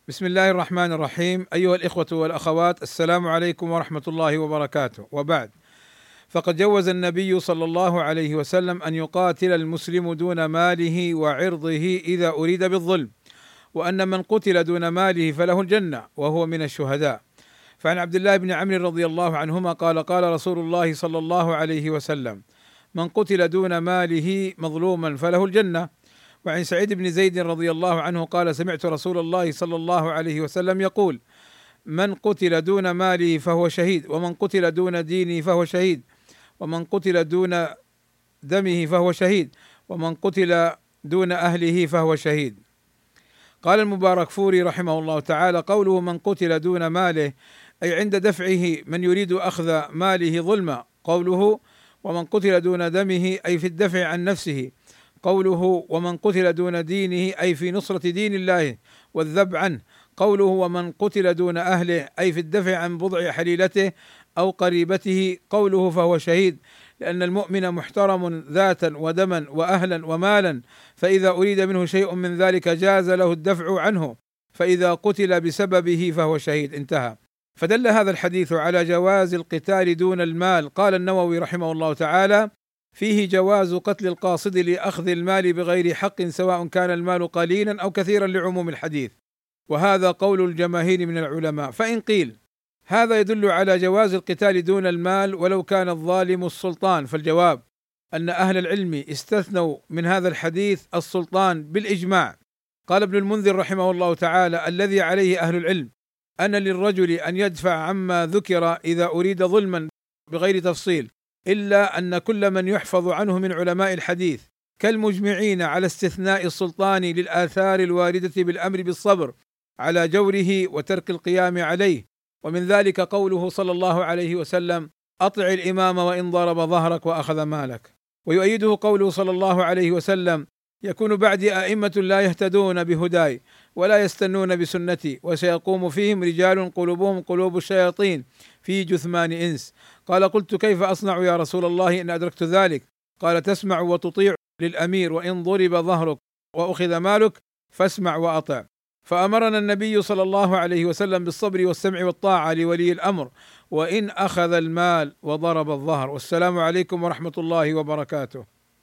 بسم الله الرحمن الرحيم، أيها الإخوة والأخوات، السلام عليكم ورحمة الله وبركاته، وبعد، فقد جوز النبي صلى الله عليه وسلم أن يقاتل المسلم دون ماله وعرضه إذا أريد بالظلم، وأن من قتل دون ماله فله الجنة وهو من الشهداء. فعن عبد الله بن عمرو رضي الله عنهما قال: قال رسول الله صلى الله عليه وسلم: من قتل دون ماله مظلوما فله الجنة. وعن سعيد بن زيد رضي الله عنه قال: سمعت رسول الله صلى الله عليه وسلم يقول: من قتل دون ماله فهو شهيد، ومن قتل دون دينه فهو شهيد، ومن قتل دون دمه فهو شهيد، ومن قتل دون أهله فهو شهيد. قال المباركفوري رحمه الله تعالى: قوله من قتل دون ماله أي عند دفعه من يريد أخذ ماله ظلما. قوله ومن قتل دون دمه أي في الدفع عن نفسه. قوله ومن قتل دون دينه أي في نصرة دين الله والذب عنه. قوله ومن قتل دون أهله أي في الدفع عن بضع حليلته أو قريبته. قوله فهو شهيد لأن المؤمن محترم ذاتا ودما وأهلا ومالا، فإذا أريد منه شيء من ذلك جاز له الدفع عنه، فإذا قتل بسببه فهو شهيد. انتهى. فدل هذا الحديث على جواز القتال دون المال. قال النووي رحمه الله تعالى: فيه جواز قتل القاصد لأخذ المال بغير حق سواء كان المال قليلا أو كثيرا لعموم الحديث، وهذا قول الجماهير من العلماء. فإن قيل هذا يدل على جواز القتال دون المال ولو كان الظالم السلطان، فالجواب أن أهل العلم استثنوا من هذا الحديث السلطان بالإجماع. قال ابن المنذر رحمه الله تعالى: الذي عليه أهل العلم أن للرجل أن يدفع عما ذكر إذا أريد ظلما بغير تفصيل، إلا أن كل من يحفظ عنه من علماء الحديث كالمجمعين على استثناء السلطان للآثار الواردة بالأمر بالصبر على جوره وترك القيام عليه، ومن ذلك قوله صلى الله عليه وسلم: أطع الإمام وإن ضرب ظهرك وأخذ مالك. ويؤيده قوله صلى الله عليه وسلم: يكون بعدي أئمة لا يهتدون بهداي ولا يستنون بسنتي، وسيقوم فيهم رجال قلوبهم قلوب الشياطين في جثمان إنس. قال: قلت كيف أصنع يا رسول الله إن أدركت ذلك؟ قال: تسمع وتطيع للأمير، وإن ضرب ظهرك وأخذ مالك فاسمع وأطع. فأمرنا النبي صلى الله عليه وسلم بالصبر والسمع والطاعة لولي الأمر وإن أخذ المال وضرب الظهر. والسلام عليكم ورحمة الله وبركاته.